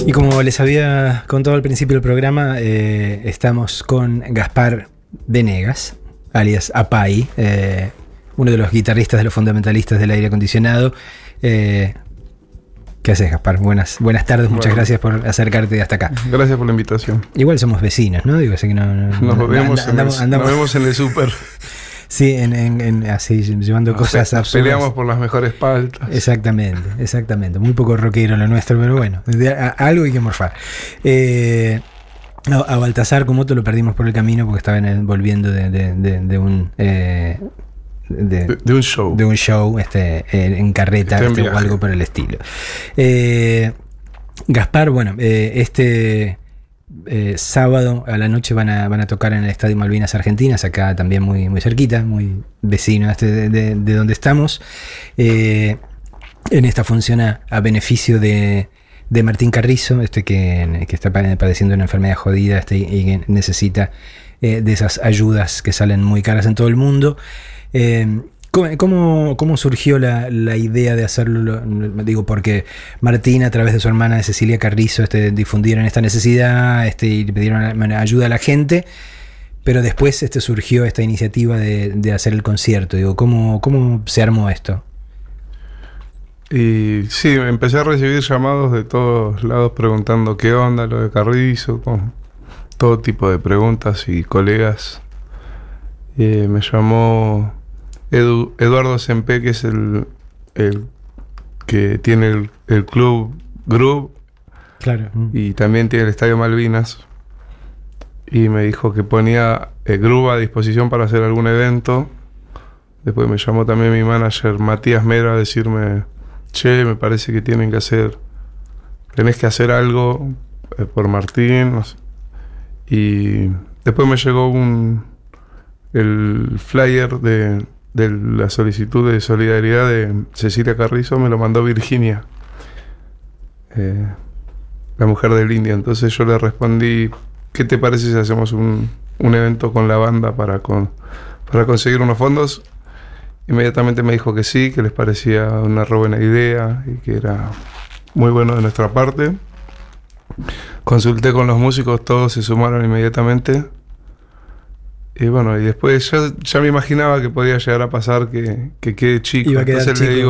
Y como les había contado al principio del programa, estamos con Gaspar Venegas, alias Apay, uno de los guitarristas de los fundamentalistas del aire acondicionado. ¿Qué haces, Gaspar? Buenas tardes, muchas gracias por acercarte hasta acá. Gracias por la invitación. Igual somos vecinos, ¿no? Digo, así que nos vemos en el súper. Sí, así, llevando cosas absurdas. Peleamos por las mejores paltas. Exactamente. Muy poco rockero lo nuestro, pero bueno, algo hay que morfar. A Baltasar Comoto lo perdimos por el camino porque estaba volviendo de un show. De un show en carreta o algo por el estilo. Gaspar, bueno, sábado a la noche van a tocar en el Estadio Malvinas Argentinas, acá también muy, muy cerquita, muy vecino de donde estamos, en esta función a beneficio de Martín Carrizo, que está padeciendo una enfermedad jodida y que necesita de esas ayudas que salen muy caras en todo el mundo. ¿Cómo surgió la idea de hacerlo? Digo, porque Martín, a través de su hermana Cecilia Carrizo, difundieron esta necesidad y le pidieron ayuda a la gente, pero después surgió esta iniciativa de hacer el concierto. Digo, ¿cómo se armó esto? Y sí, empecé a recibir llamados de todos lados preguntando qué onda lo de Carrizo, con todo tipo de preguntas y colegas. Me llamó Eduardo Sempe, que es el que tiene el club Groove, claro, y también tiene el Estadio Malvinas, y me dijo que ponía el Groove a disposición para hacer algún evento. Después me llamó también mi manager Matías Mera a decirme: che, me parece que tenés que hacer algo por Martín, no sé. Y después me llegó el flyer de la solicitud de solidaridad de Cecilia Carrizo, me lo mandó Virginia, la mujer del India. Entonces yo le respondí: ¿qué te parece si hacemos un evento con la banda para conseguir unos fondos? Inmediatamente me dijo que sí, que les parecía una re buena idea y que era muy bueno de nuestra parte. Consulté con los músicos, todos se sumaron inmediatamente. Y bueno, y después ya me imaginaba que podía llegar a pasar que quede chico. Entonces le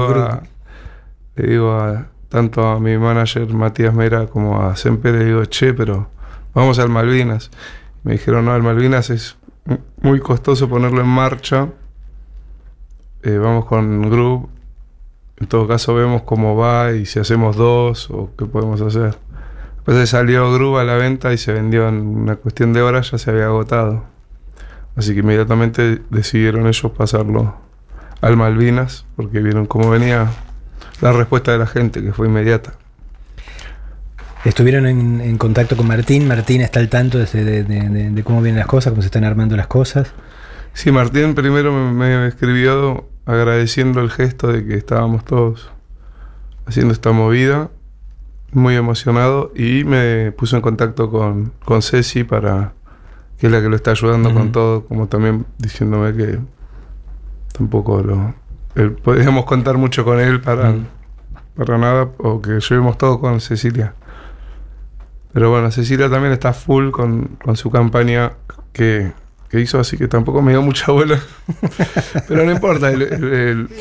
digo tanto a mi manager Matías Mera como a Semper, le digo: che, pero vamos al Malvinas. Me dijeron: no, el Malvinas es muy costoso ponerlo en marcha. Vamos con Groove. En todo caso vemos cómo va y si hacemos dos o qué podemos hacer. Después salió Groove a la venta y se vendió en una cuestión de horas, ya se había agotado. Así que inmediatamente decidieron ellos pasarlo al Malvinas, porque vieron cómo venía la respuesta de la gente, que fue inmediata. ¿Estuvieron en contacto con Martín? ¿Martín está al tanto de cómo vienen las cosas, cómo se están armando las cosas? Sí, Martín primero me escribió agradeciendo el gesto de que estábamos todos haciendo esta movida, muy emocionado, y me puso en contacto con Ceci, que es la que lo está ayudando con todo, como también diciéndome que tampoco podríamos contar mucho con él para nada, o que llevemos todo con Cecilia. Pero bueno, Cecilia también está full con su campaña que hizo, así que tampoco me dio mucha bola. Pero no importa, el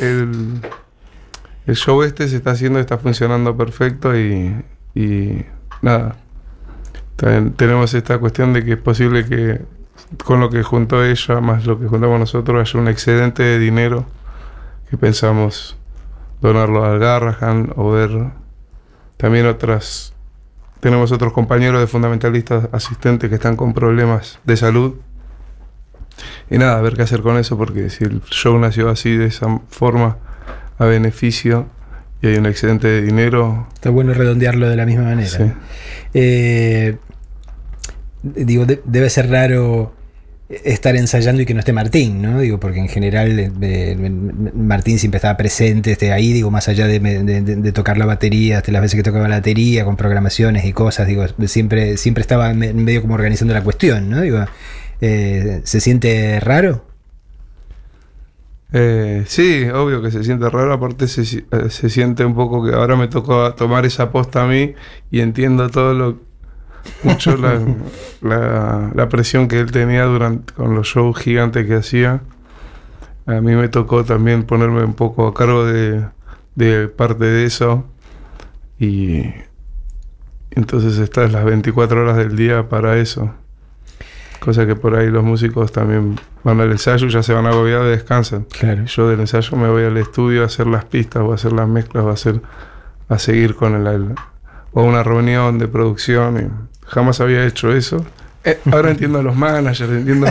show se está haciendo, está funcionando perfecto y nada. También tenemos esta cuestión de que es posible que con lo que juntó ella más lo que juntamos nosotros haya un excedente de dinero que pensamos donarlo al Garrahan o ver también tenemos otros compañeros de fundamentalistas asistentes que están con problemas de salud. Y nada, a ver qué hacer con eso, porque si el show nació así, de esa forma, a beneficio, y hay un excedente de dinero... Está bueno redondearlo de la misma manera. Sí. Digo, debe ser raro estar ensayando y que no esté Martín, ¿no? Digo, porque en general Martín siempre estaba presente ahí, digo, más allá de tocar la batería, las veces que tocaba la batería, con programaciones y cosas, digo, siempre estaba medio como organizando la cuestión, ¿no? Digo, ¿se siente raro? Sí, obvio que se siente raro, aparte se siente un poco que ahora me tocó tomar esa posta a mí y entiendo mucho la presión que él tenía con los shows gigantes que hacía. A mí me tocó también ponerme un poco a cargo de parte de eso y entonces estás las 24 horas del día para eso. Cosa que por ahí los músicos también van al ensayo, ya se van agobiados y descansan. Claro. Yo del ensayo me voy al estudio a hacer las pistas, o a hacer las mezclas, a seguir con o a una reunión de producción. Y jamás había hecho eso. Ahora entiendo a los managers, entiendo.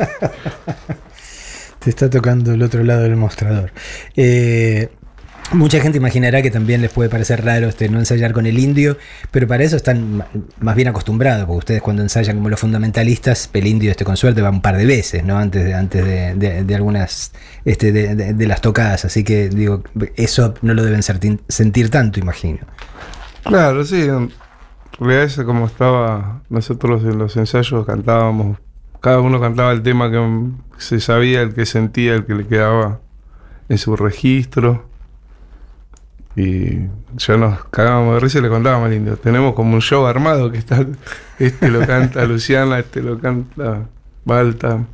Te está tocando el otro lado del mostrador. Mucha gente imaginará que también les puede parecer raro no ensayar con el Indio, pero para eso están más bien acostumbrados, porque ustedes cuando ensayan como los fundamentalistas, el Indio con suerte va un par de veces, ¿no? Antes de algunas de las tocadas, así que digo, eso no lo deben sentir tanto, imagino. Claro, sí, en realidad es como estaba, nosotros en los ensayos cantábamos, cada uno cantaba el tema que se sabía, el que sentía, el que le quedaba en su registro. Y ya nos cagábamos de risa y le contábamos al Indio. Tenemos como un show armado que está. Este lo canta Luciana, este lo canta Balta.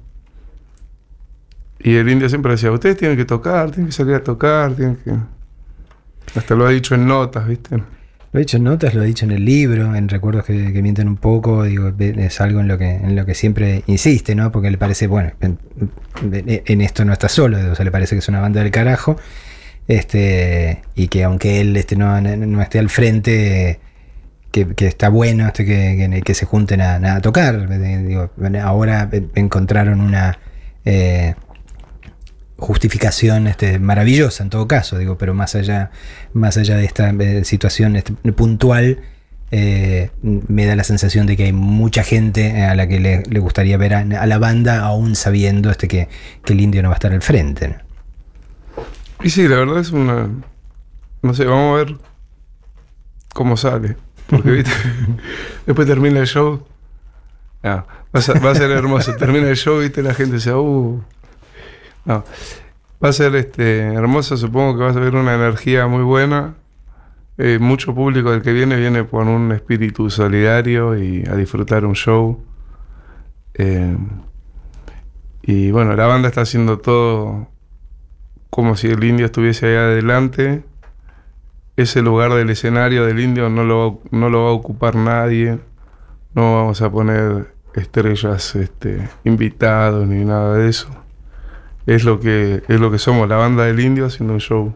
Y el Indio siempre decía: ustedes tienen que tocar, tienen que salir a tocar, tienen que. Hasta lo ha dicho en notas, ¿viste? Lo ha dicho en notas, lo ha dicho en el libro, en Recuerdos que mienten un poco. Digo, es algo en lo que siempre insiste, ¿no? Porque le parece, bueno, en esto no está solo, o sea, le parece que es una banda del carajo. Y que aunque él no esté al frente, que está bueno que se junten a tocar. Digo, ahora encontraron una justificación maravillosa en todo caso, digo, pero más allá de esta situación puntual, me da la sensación de que hay mucha gente a la que le gustaría ver a la banda, aún sabiendo que el Indio no va a estar al frente, ¿no? Y sí, la verdad es una... No sé, vamos a ver cómo sale. Porque, ¿viste? Después termina el show. Va a ser hermoso. Termina el show, ¿viste? La gente dice, No. Va a ser hermoso. Supongo que va a ser una energía muy buena. Mucho público del que viene con un espíritu solidario y a disfrutar un show. Y bueno, la banda está haciendo todo como si el Indio estuviese ahí adelante. Ese lugar del escenario del Indio no lo va a ocupar nadie. No vamos a poner estrellas invitados ni nada de eso. Es lo que somos, la banda del Indio haciendo un show.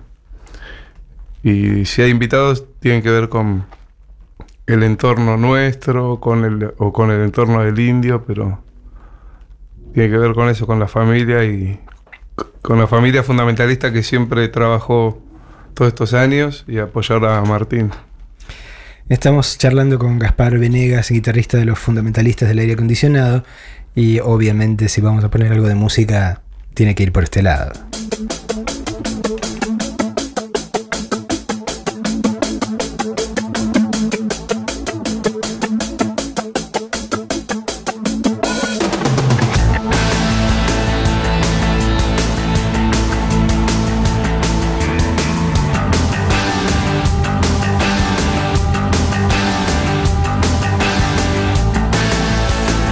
Y si hay invitados, tienen que ver con el entorno nuestro, con el entorno del Indio, pero tiene que ver con eso, con la familia y con la familia fundamentalista que siempre trabajó todos estos años y apoyar a Martín. Estamos charlando con Gaspar Venegas, guitarrista de los Fundamentalistas del Aire Acondicionado, y obviamente si vamos a poner algo de música tiene que ir por este lado.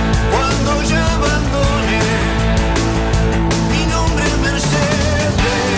Cuando ya abandone mi nombre Mercedes.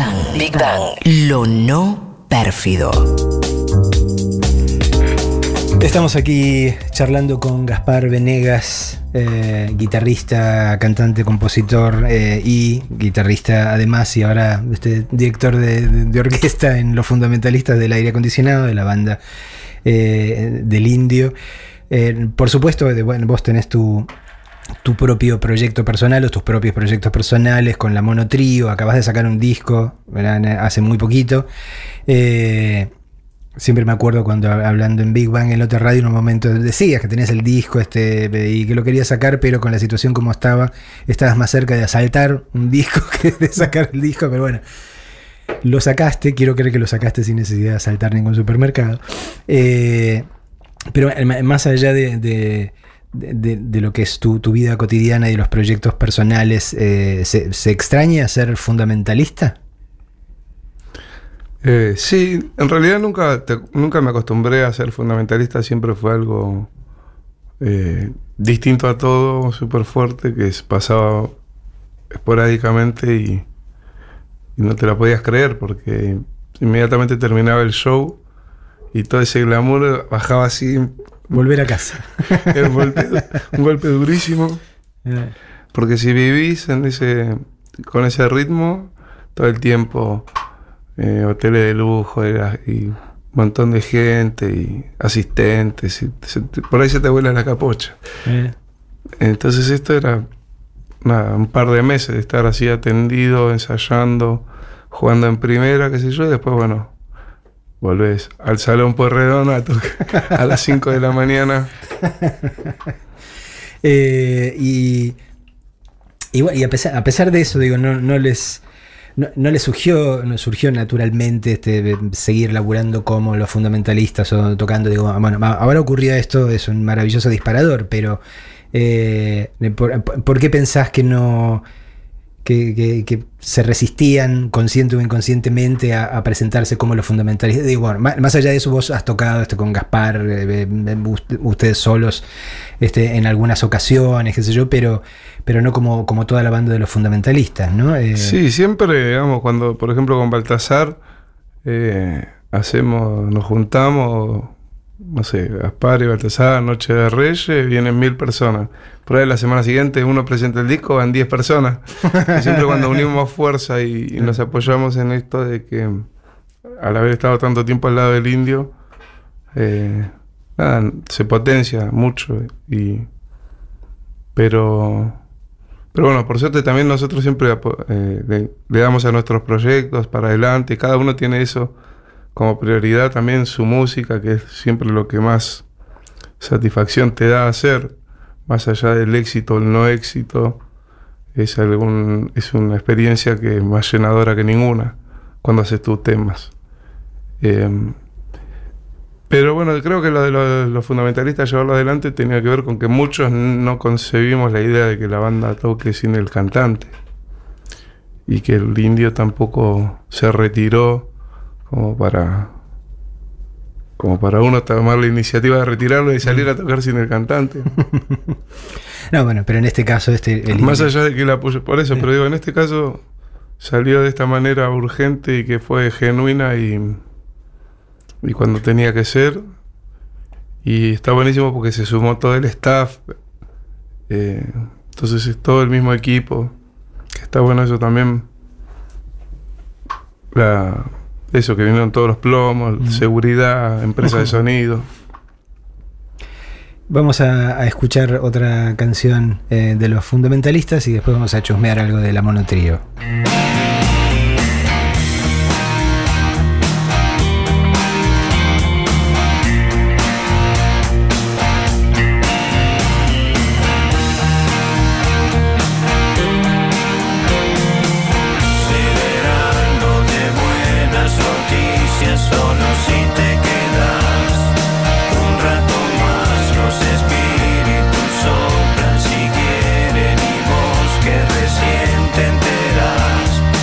Bang. Big Bang. Lo no pérfido. Estamos aquí charlando con Gaspar Venegas, guitarrista, cantante, compositor y guitarrista además, y ahora director de orquesta en Los Fundamentalistas del Aire Acondicionado, de la banda del Indio. Por supuesto, bueno, vos tenés tu propio proyecto personal o tus propios proyectos personales con la Mono Trío. Acabas de sacar un disco, ¿verdad?, hace muy poquito. Siempre me acuerdo cuando hablando en Big Bang en la otra radio en un momento decías que tenías el disco y que lo querías sacar, pero con la situación como estaba, estabas más cerca de asaltar un disco que de sacar el disco, pero bueno, lo sacaste, quiero creer que lo sacaste sin necesidad de asaltar ningún supermercado. Pero más allá de lo que es tu vida cotidiana y de los proyectos personales, ¿se extraña ser fundamentalista? Sí, en realidad nunca me acostumbré a ser fundamentalista, siempre fue algo distinto a todo, súper fuerte, que pasaba esporádicamente y no te la podías creer, porque inmediatamente terminaba el show y todo ese glamour bajaba así. Volver a casa. Era un golpe durísimo, porque si vivís con ese ritmo todo el tiempo, hoteles de lujo y un montón de gente y asistentes, y por ahí se te vuela la capocha. Entonces esto era un par de meses de estar así atendido, ensayando, jugando en primera, qué sé yo, y después, bueno, volvés al Salón Pueyrredón a las 5 de la mañana. Y a pesar de eso, digo, no les surgió naturalmente seguir laburando como los fundamentalistas o tocando. Digo, bueno, ahora ocurrió esto, es un maravilloso disparador, pero ¿por qué pensás que no que se resistían consciente o inconscientemente a presentarse como los fundamentalistas? Digo, bueno, más allá de eso, vos has tocado con Gaspar, ustedes solos en algunas ocasiones, qué sé yo, pero no como toda la banda de los fundamentalistas, ¿no? Sí, siempre, digamos, cuando, por ejemplo, con Baltasar nos juntamos, no sé, Gaspar y Baltasar, Noche de Reyes, vienen 1000 personas. Por ahí la semana siguiente uno presenta el disco, van 10 personas. Y siempre cuando unimos fuerza y nos apoyamos en esto de que, al haber estado tanto tiempo al lado del Indio, nada, se potencia mucho. Pero bueno, por suerte también nosotros siempre le damos a nuestros proyectos para adelante. Cada uno tiene eso como prioridad, también su música, que es siempre lo que más satisfacción te da hacer, más allá del éxito o el no éxito. Es una experiencia que es más llenadora que ninguna cuando haces tus temas. Pero bueno, creo que lo de los fundamentalistas, llevarlo adelante, tenía que ver con que muchos no concebimos la idea de que la banda toque sin el cantante, y que el Indio tampoco se retiró como para uno tomar la iniciativa de retirarlo y salir a tocar sin el cantante. No, bueno, pero en este caso más allá de que el apoyo por eso, pero digo, en este caso salió de esta manera urgente y que fue genuina y cuando tenía que ser, y está buenísimo porque se sumó todo el staff, entonces es todo el mismo equipo, que está bueno eso también, eso que vinieron todos los plomos, seguridad, empresa de sonido. Vamos a escuchar otra canción de los fundamentalistas y después vamos a chusmear algo de la Mono Trío. Recién te enteras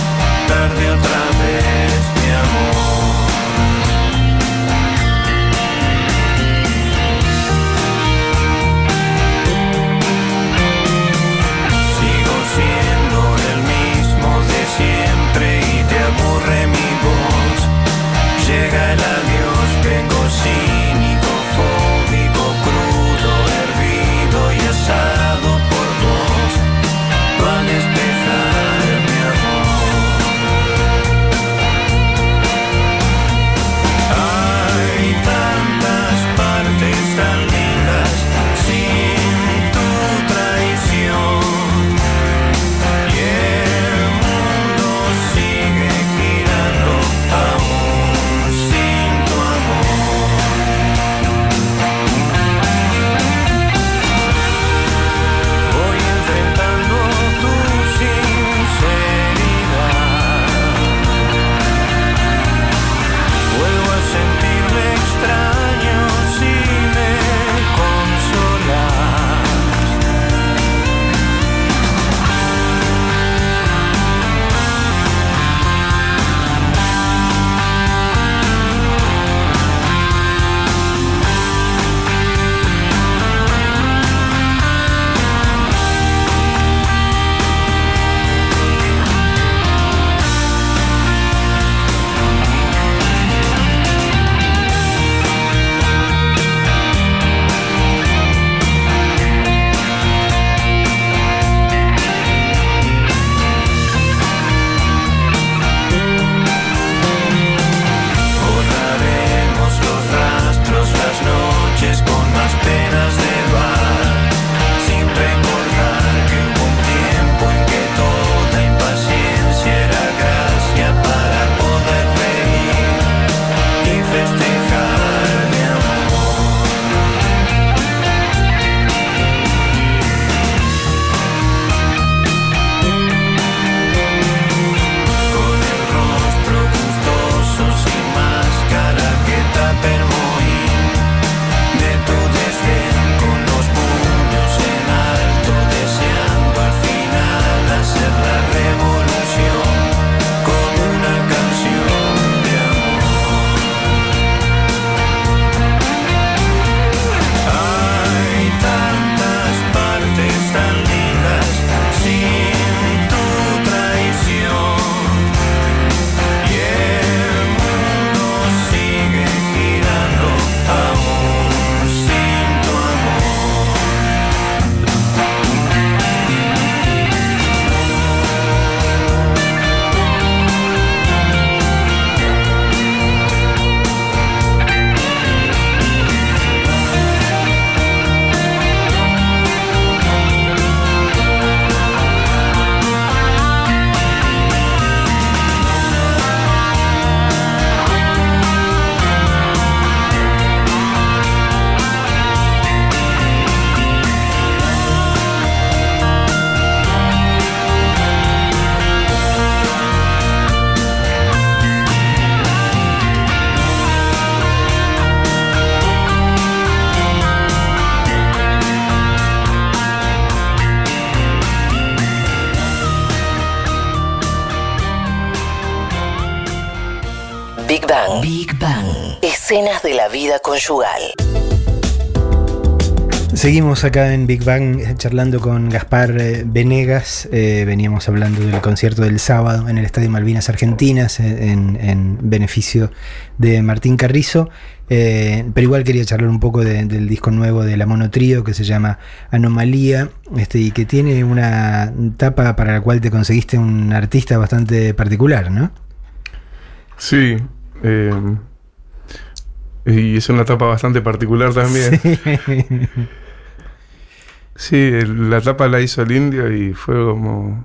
Big Bang. Big Bang. Escenas de la vida conyugal. Seguimos acá en Big Bang charlando con Gaspar Venegas. Veníamos hablando del concierto del sábado en el Estadio Malvinas Argentinas en beneficio de Martín Carrizo. Pero igual quería charlar un poco del disco nuevo de La Mono Trío que se llama Anomalía, y que tiene una tapa para la cual te conseguiste un artista bastante particular, ¿no? Sí, y es una tapa bastante particular también. Sí, la tapa la hizo el Indio y fue como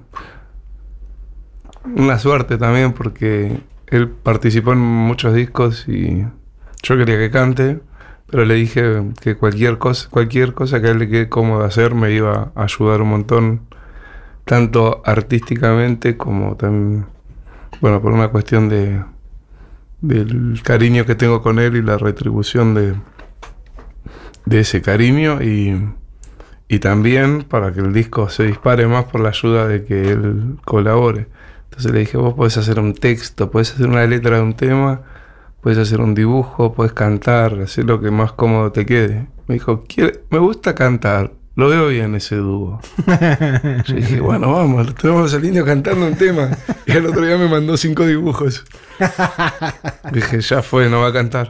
una suerte también porque él participó en muchos discos y yo quería que cante, pero le dije que cualquier cosa que a él le quede cómodo hacer me iba a ayudar un montón, tanto artísticamente como también, bueno, por una cuestión del cariño que tengo con él y la retribución de ese cariño y también para que el disco se dispare más por la ayuda de que él colabore. Entonces le dije, vos podés hacer un texto, podés hacer una letra de un tema, podés hacer un dibujo, podés cantar, hacer lo que más cómodo te quede. Me dijo, me gusta cantar, lo veo bien ese dúo. Yo dije, bueno, vamos, tenemos al Indio cantando un tema. Y el otro día me mandó 5 dibujos. Dije, ya fue, no va a cantar.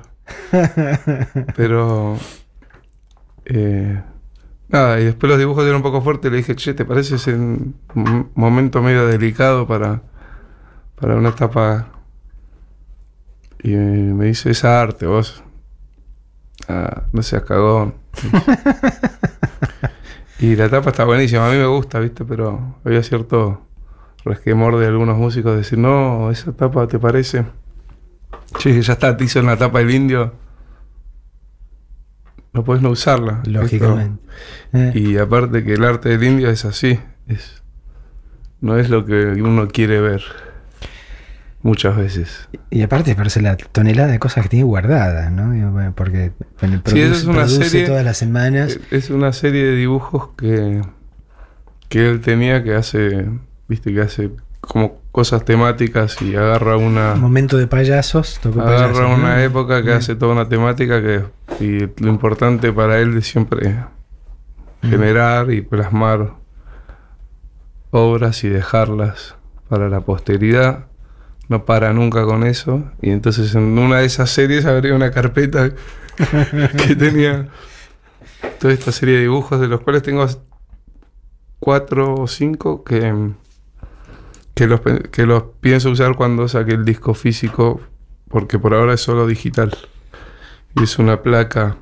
Pero nada, y después los dibujos eran un poco fuertes. Le dije, che, ¿te parece ese un momento medio delicado para una etapa? Y me dice, esa arte, vos. No seas cagón. Y la tapa está buenísima, a mí me gusta, ¿viste? Pero había cierto resquemor de algunos músicos de decir, no, esa tapa, ¿te parece? Yo dije, ya está, te hizo en la tapa el Indio. No podés no usarla. Lógicamente. Y aparte que el arte del Indio es así. No es lo que uno quiere ver. Muchas veces. Y aparte parece la tonelada de cosas que tiene guardadas, ¿no? Porque produce todas las semanas. Es una serie de dibujos que él tenía que hace, viste, que hace como cosas temáticas y agarra una... Momento de payasos. Agarra una época que hace toda una temática y lo importante para él es siempre generar y plasmar obras y dejarlas para la posteridad. No para nunca con eso. Y entonces en una de esas series abrí una carpeta que tenía toda esta serie de dibujos, de los cuales tengo 4 o 5 que los pienso usar cuando saque el disco físico, porque por ahora es solo digital. Y es una placa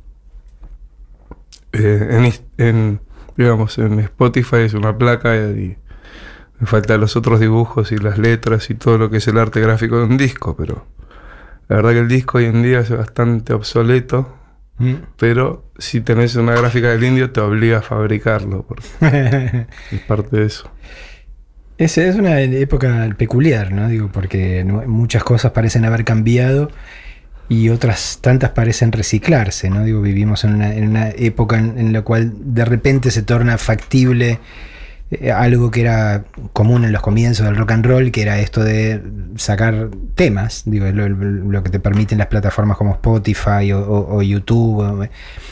digamos, en Spotify es una placa y me faltan los otros dibujos y las letras y todo lo que es el arte gráfico de un disco, pero la verdad que el disco hoy en día es bastante obsoleto, pero si tenés una gráfica del Indio te obliga a fabricarlo, porque es parte de eso. Es una época peculiar, ¿no? Digo, porque muchas cosas parecen haber cambiado y otras tantas parecen reciclarse, ¿no? Digo, vivimos en una época en la cual de repente se torna factible algo que era común en los comienzos del rock and roll, que era esto de sacar temas, digo, lo que te permiten las plataformas como Spotify o YouTube.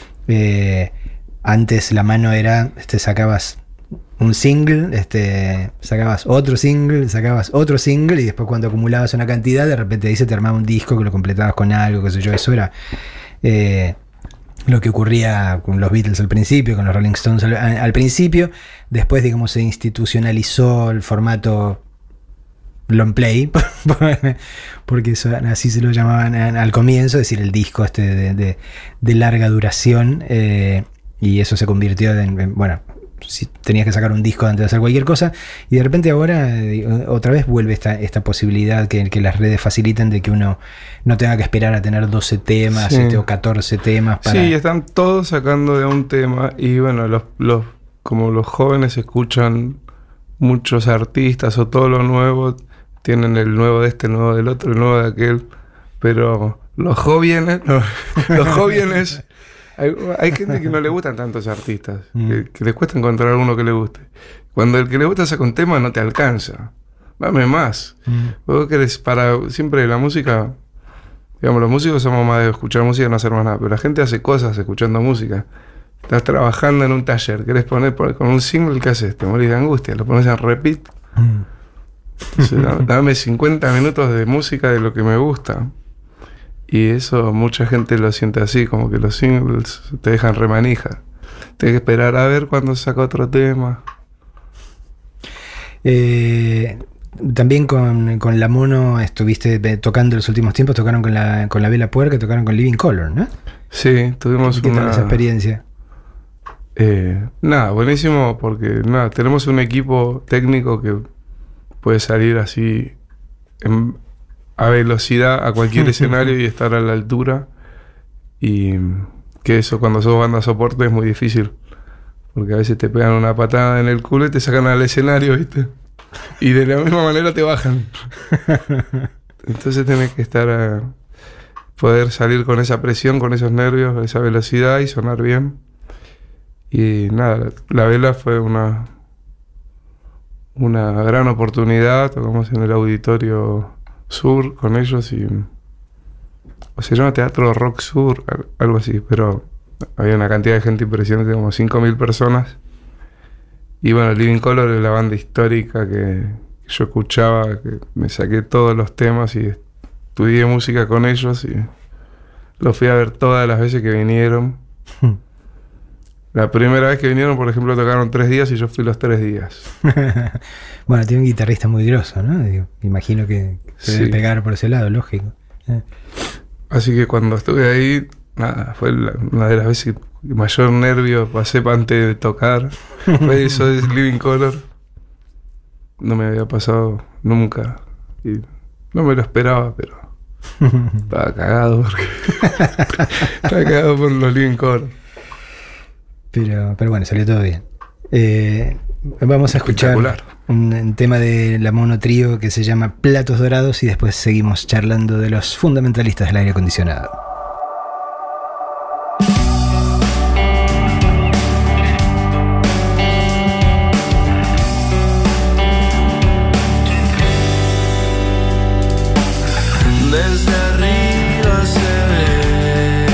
Antes la mano era, sacabas un single, sacabas otro single, y después cuando acumulabas una cantidad, de repente ahí se te armaba un disco que lo completabas con algo, qué sé yo. Eso era lo que ocurría con los Beatles al principio, con los Rolling Stones al principio. Después, digamos, se institucionalizó el formato long play, porque eso, así se lo llamaban al comienzo, es decir, el disco de larga duración, y eso se convirtió bueno, si tenías que sacar un disco antes de hacer cualquier cosa, y de repente ahora otra vez vuelve esta posibilidad que las redes facilitan de que uno no tenga que esperar a tener 12 temas, sí, o 14 temas para... Sí, están todos sacando de un tema, y bueno, como los jóvenes escuchan muchos artistas o todo lo nuevo, tienen el nuevo de este, el nuevo del otro, el nuevo de aquel, pero los jóvenes hay gente que no le gustan tantos artistas, que les cuesta encontrar uno que le guste. Cuando el que le gusta saca un tema no te alcanza, dame más. Vos querés, siempre la música Digamos, los músicos somos más de escuchar música y no hacer más nada, pero la gente hace cosas escuchando música. Estás trabajando en un taller, querés poner con un single, ¿qué haces? Te morís de angustia, lo pones en repeat. Entonces, dame 50 minutos de música de lo que me gusta. Y eso mucha gente lo siente así, como que los singles te dejan remanija. Tienes que esperar a ver cuándo saca otro tema. También con La Mono estuviste tocando en los últimos tiempos, tocaron con la Vela Puerca, tocaron con Living Color, ¿no? Sí, tuvimos ¿Qué tal esa experiencia? Nada, buenísimo, porque nada, tenemos un equipo técnico que puede salir así a velocidad a cualquier escenario y estar a la altura. Y que eso cuando sos banda soporte es muy difícil, porque a veces te pegan una patada en el culo y te sacan al escenario, ¿viste? Y de la misma manera te bajan. Entonces tenés que estar poder salir con esa presión, con esos nervios, esa velocidad y sonar bien. Y nada, la Vela fue una gran oportunidad. Tocamos en el Auditorio Sur con ellos y se llama Teatro Rock Sur, algo así, pero había una cantidad de gente impresionante, como 5.000 personas. Y bueno, Living Color es la banda histórica que yo escuchaba, que me saqué todos los temas y estudié música con ellos y los fui a ver todas las veces que vinieron. La primera vez que vinieron, por ejemplo, tocaron 3 días y yo fui los 3 días. Bueno, tiene un guitarrista muy grosso, ¿no? Digo, imagino que se debe pegar por ese lado, lógico. Así que cuando estuve ahí, nada, fue una de las veces que mayor nervio pasé antes de tocar. Fue eso de Living Color. No me había pasado nunca. Y no me lo esperaba, pero estaba cagado estaba cagado por los Living Color. Pero bueno, salió todo bien. Vamos a escuchar un tema de La Mono Trío que se llama Platos Dorados y después seguimos charlando de los fundamentalistas del aire acondicionado. Desde arriba se ve,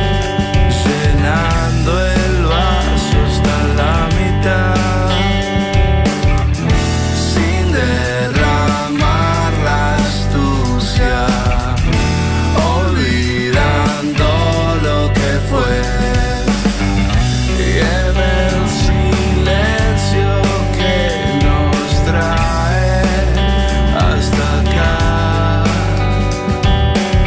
llenando el vaso hasta la mitad, sin derramar la astucia, olvidando lo que fue, y en el silencio que nos trae hasta acá.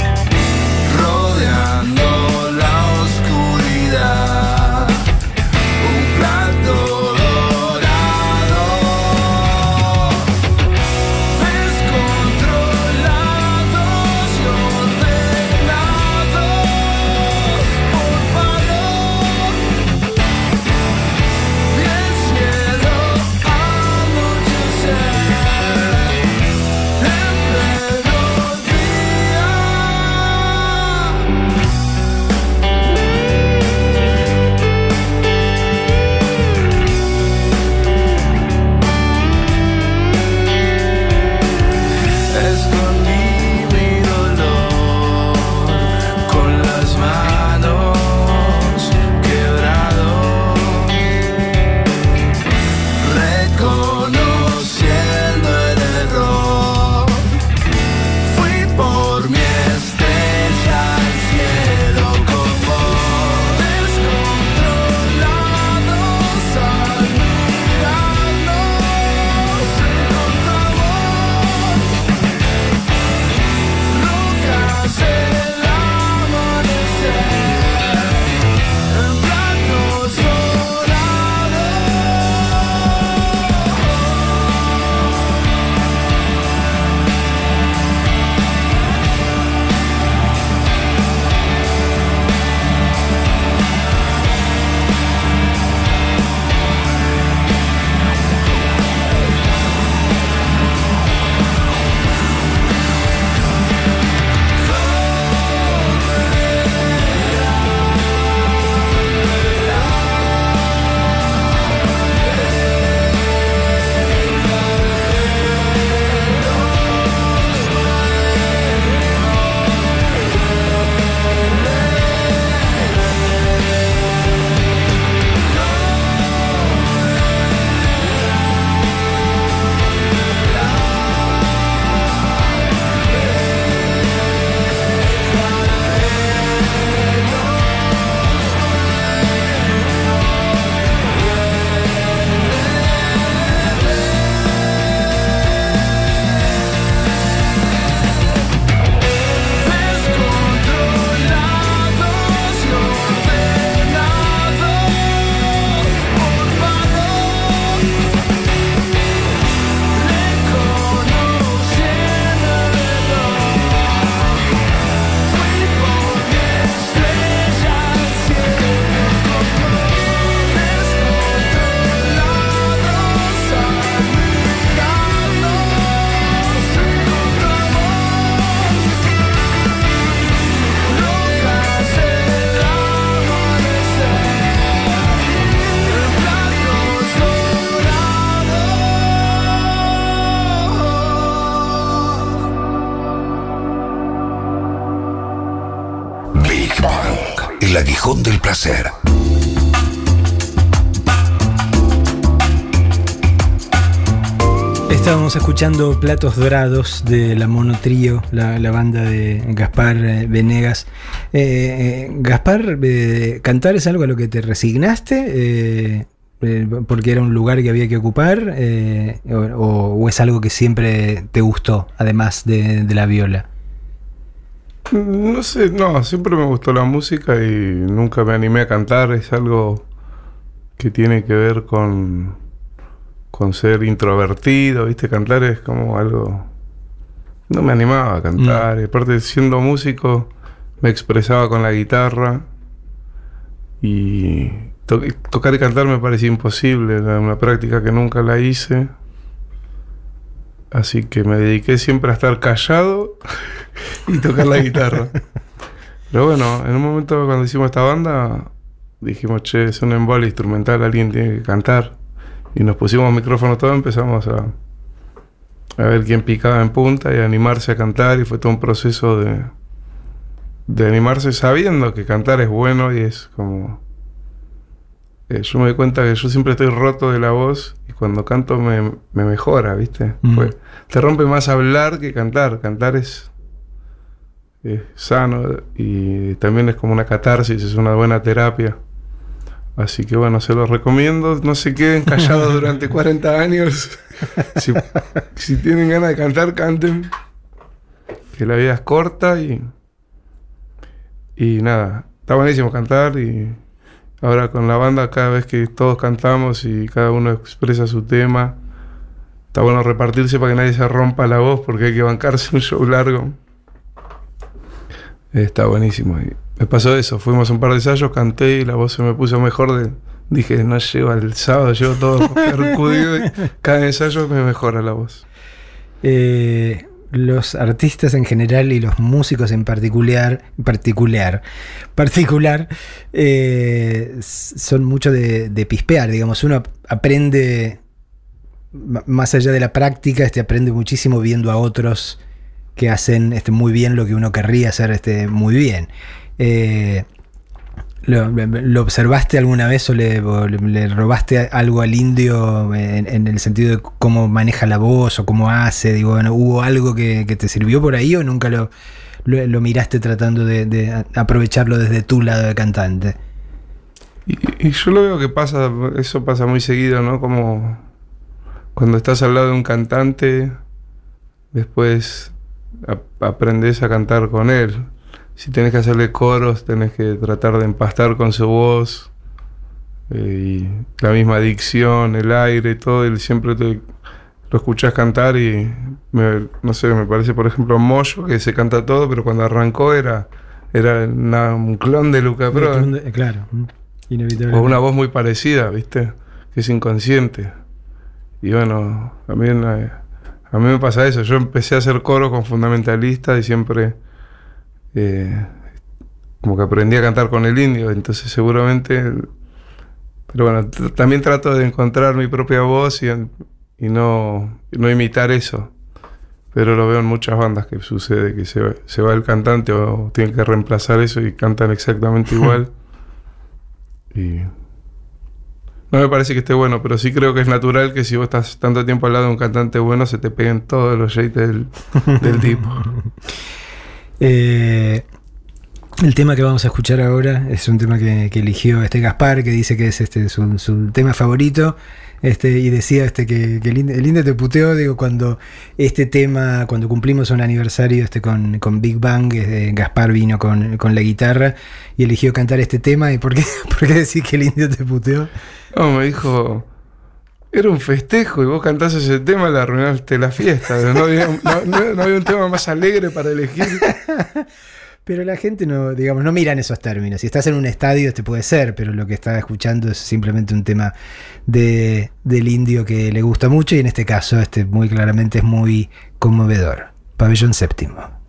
El aguijón del placer. Estábamos escuchando Platos Dorados de la Mono Trío, la banda de Gaspar Venegas. Gaspar, ¿cantar es algo a lo que te resignaste? ¿Porque era un lugar que había que ocupar? ¿O es algo que siempre te gustó, además de la viola? No sé, no, siempre me gustó la música y nunca me animé a cantar. Es algo que tiene que ver con ser introvertido, ¿viste? Cantar es como algo... No me animaba a cantar. Y aparte, siendo músico, me expresaba con la guitarra. Y tocar y cantar me parecía imposible. Era una práctica que nunca la hice. Así que me dediqué siempre a estar callado y tocar la guitarra. Pero bueno, en un momento cuando hicimos esta banda, dijimos, che, es un embole instrumental, alguien tiene que cantar. Y nos pusimos micrófono todo, empezamos a ver quién picaba en punta y a animarse a cantar. Y fue todo un proceso de animarse sabiendo que cantar es bueno y es como... yo me doy cuenta que yo siempre estoy roto de la voz y cuando canto me mejora, ¿viste? Pues, te rompe más hablar que cantar. Cantar es sano y también es como una catarsis, es una buena terapia. Así que bueno, se los recomiendo. No se queden callados durante 40 años. Si tienen ganas de cantar, canten. Que la vida es corta y nada, está buenísimo cantar. Y ahora con la banda, cada vez que todos cantamos y cada uno expresa su tema, está bueno repartirse para que nadie se rompa la voz, porque hay que bancarse un show largo. Está buenísimo. Y me pasó eso, fuimos a un par de ensayos, canté y la voz se me puso mejor. Dije, no llego al sábado, llego todo percudido y cada ensayo me mejora la voz. Los artistas en general y los músicos en particular son mucho de pispear, digamos. Uno aprende, más allá de la práctica, aprende muchísimo viendo a otros que hacen muy bien lo que uno querría hacer muy bien. ¿Lo observaste alguna vez o le robaste algo al indio en el sentido de cómo maneja la voz o cómo hace? Digo, bueno, ¿hubo algo que te sirvió por ahí o nunca lo miraste tratando de aprovecharlo desde tu lado de cantante? Y yo lo veo que eso pasa muy seguido, ¿no? Como cuando estás al lado de un cantante, después aprendes a cantar con él. Si tenés que hacerle coros, tenés que tratar de empastar con su voz, y la misma dicción, el aire, todo. Él siempre lo escuchás cantar y no sé, me parece, por ejemplo, Moyo, que se canta todo, pero cuando arrancó era un clon de Luca Prodan. Claro, inevitable. O una voz muy parecida, ¿viste? Que es inconsciente. Y bueno, también a mí me pasa eso. Yo empecé a hacer coro con Fundamentalista y siempre como que aprendí a cantar con el indio, entonces seguramente... Pero bueno, también trato de encontrar mi propia voz y no imitar eso. Pero lo veo en muchas bandas que sucede, que se va el cantante o tienen que reemplazar eso y cantan exactamente igual. Y no me parece que esté bueno, pero sí creo que es natural que si vos estás tanto tiempo al lado de un cantante bueno, se te peguen todos los yates del tipo. El tema que vamos a escuchar ahora es un tema que eligió Gaspar, que dice que es su tema favorito, y decía que el indio te puteó, digo, cuando cuando cumplimos un aniversario con Big Bang, Gaspar vino con la guitarra y eligió cantar este tema. ¿Y por qué decís que el indio te puteó? No, me dijo, era un festejo y vos cantás ese tema, le arruinaste la fiesta. No había un tema más alegre para elegir. Pero la gente no mira en esos términos. Si estás en un estadio puede ser, pero lo que está escuchando es simplemente un tema del indio que le gusta mucho, y en este caso muy claramente es muy conmovedor. Pabellón Séptimo.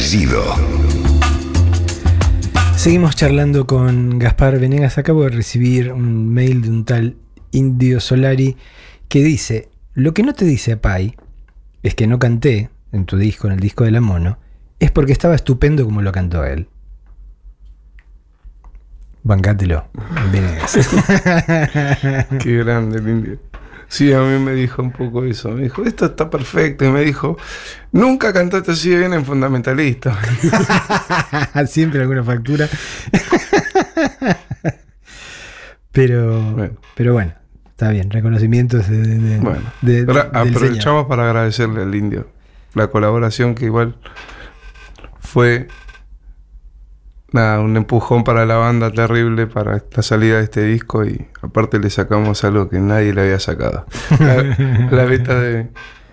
Enloquecido. Seguimos charlando con Gaspar Venegas. Acabo de recibir un mail de un tal Indio Solari que dice: lo que no te dice Apay es que no canté en tu disco, en el disco de La Mono, es porque estaba estupendo como lo cantó él. Bancátelo, Venegas. Qué grande el Indio. Sí, a mí me dijo un poco eso. Me dijo, esto está perfecto. Y me dijo, nunca cantaste así bien en Fundamentalista. Siempre alguna factura. Pero bueno, está bien. Reconocimientos Bueno, del aprovechamos señor. para agradecerle al Indio la colaboración, que igual fue un empujón para la banda terrible para la salida de este disco, y aparte le sacamos algo que nadie le había sacado. La beta de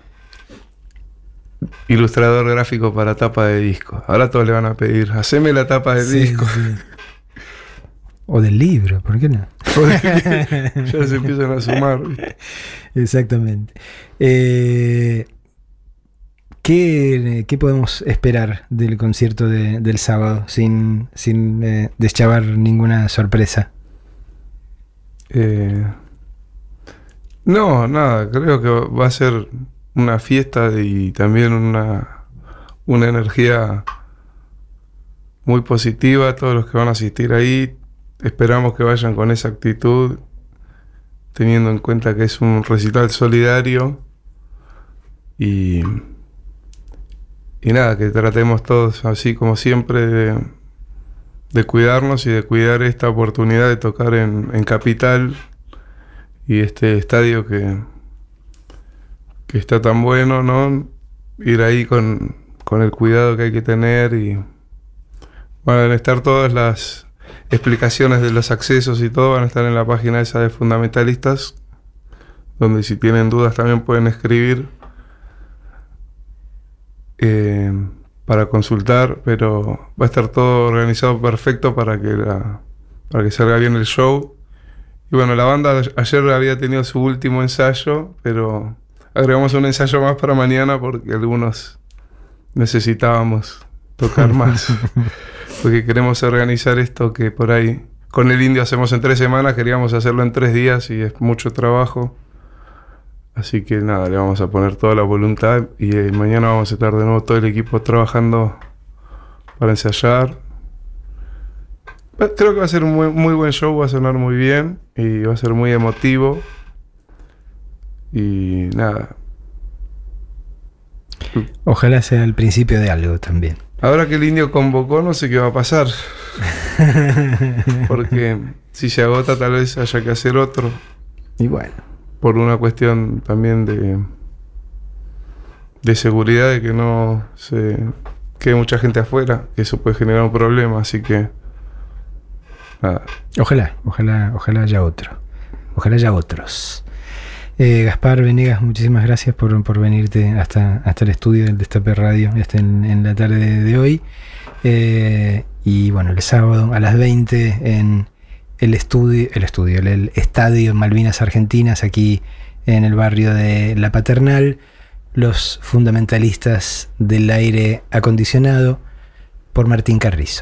ilustrador gráfico para tapa de disco. Ahora todos le van a pedir, haceme la tapa del disco. Sí. O del libro, ¿por qué no? Ya se empiezan a sumar, ¿viste? Exactamente. ¿Qué podemos esperar del concierto del sábado sin deschavar ninguna sorpresa? No, nada, creo que va a ser una fiesta y también una energía muy positiva. Todos los que van a asistir ahí, esperamos que vayan con esa actitud, teniendo en cuenta que es un recital solidario, y nada, que tratemos todos, así como siempre, de cuidarnos y de cuidar esta oportunidad de tocar en Capital, y este estadio que está tan bueno, ¿no? Ir ahí con el cuidado que hay que tener, y bueno, van a estar todas las explicaciones de los accesos y todo, van a estar en la página esa de Fundamentalistas, donde si tienen dudas también pueden escribir para consultar, pero va a estar todo organizado perfecto para que salga bien el show. Y bueno, la banda ayer había tenido su último ensayo, pero agregamos un ensayo más para mañana porque algunos necesitábamos tocar más. Porque queremos organizar esto que por ahí con el Indio hacemos en 3 semanas, queríamos hacerlo en 3 días y es mucho trabajo. Así que nada, le vamos a poner toda la voluntad, y mañana vamos a estar de nuevo todo el equipo trabajando para ensayar. Creo que va a ser un muy buen show, va a sonar muy bien y va a ser muy emotivo. Y nada. Ojalá sea el principio de algo también. Ahora que el Indio convocó, no sé qué va a pasar. Porque si se agota, tal vez haya que hacer otro. Y bueno, por una cuestión también de seguridad, de que no se quede mucha gente afuera, que eso puede generar un problema, así que nada. Ojalá haya otro. Ojalá haya otros. Gaspar Venegas, muchísimas gracias por venirte hasta el estudio del Destape Radio en la tarde de hoy. Y bueno, el sábado a las 20 en el Estadio Malvinas Argentinas, aquí en el barrio de La Paternal, los Fundamentalistas del Aire Acondicionado, por Martín Carrizo.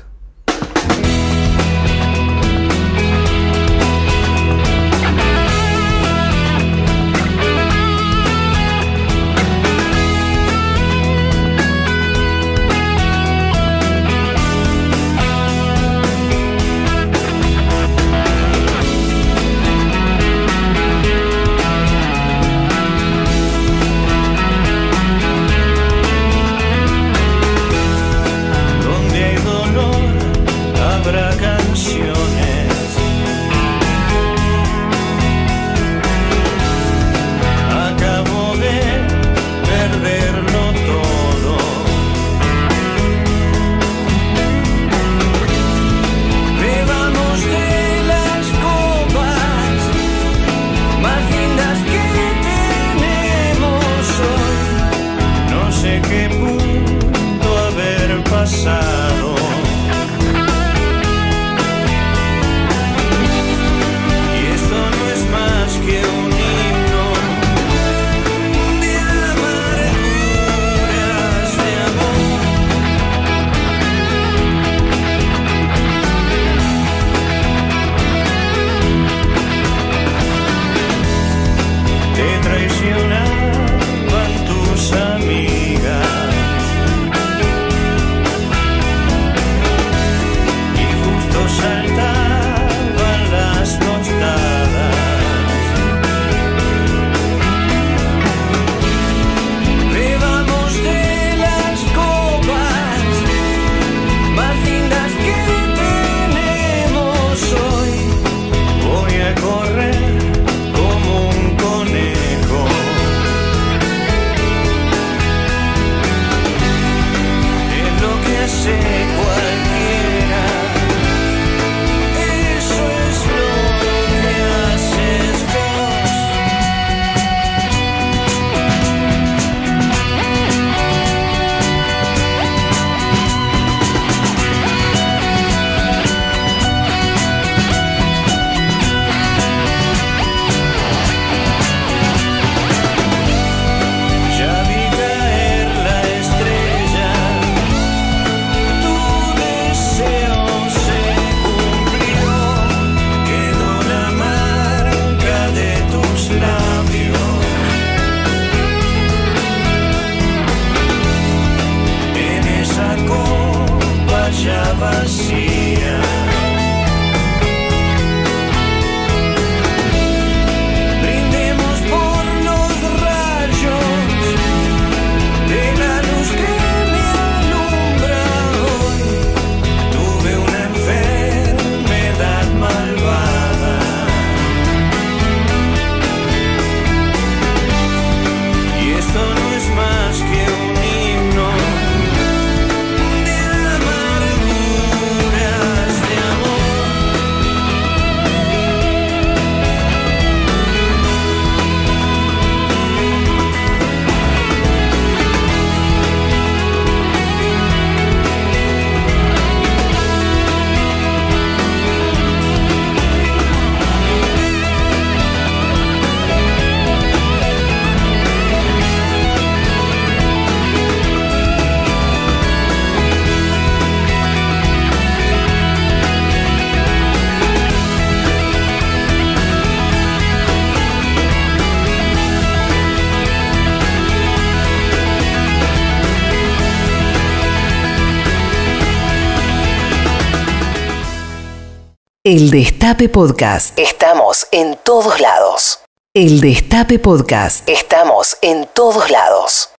El Destape Podcast. Estamos en todos lados. El Destape Podcast. Estamos en todos lados.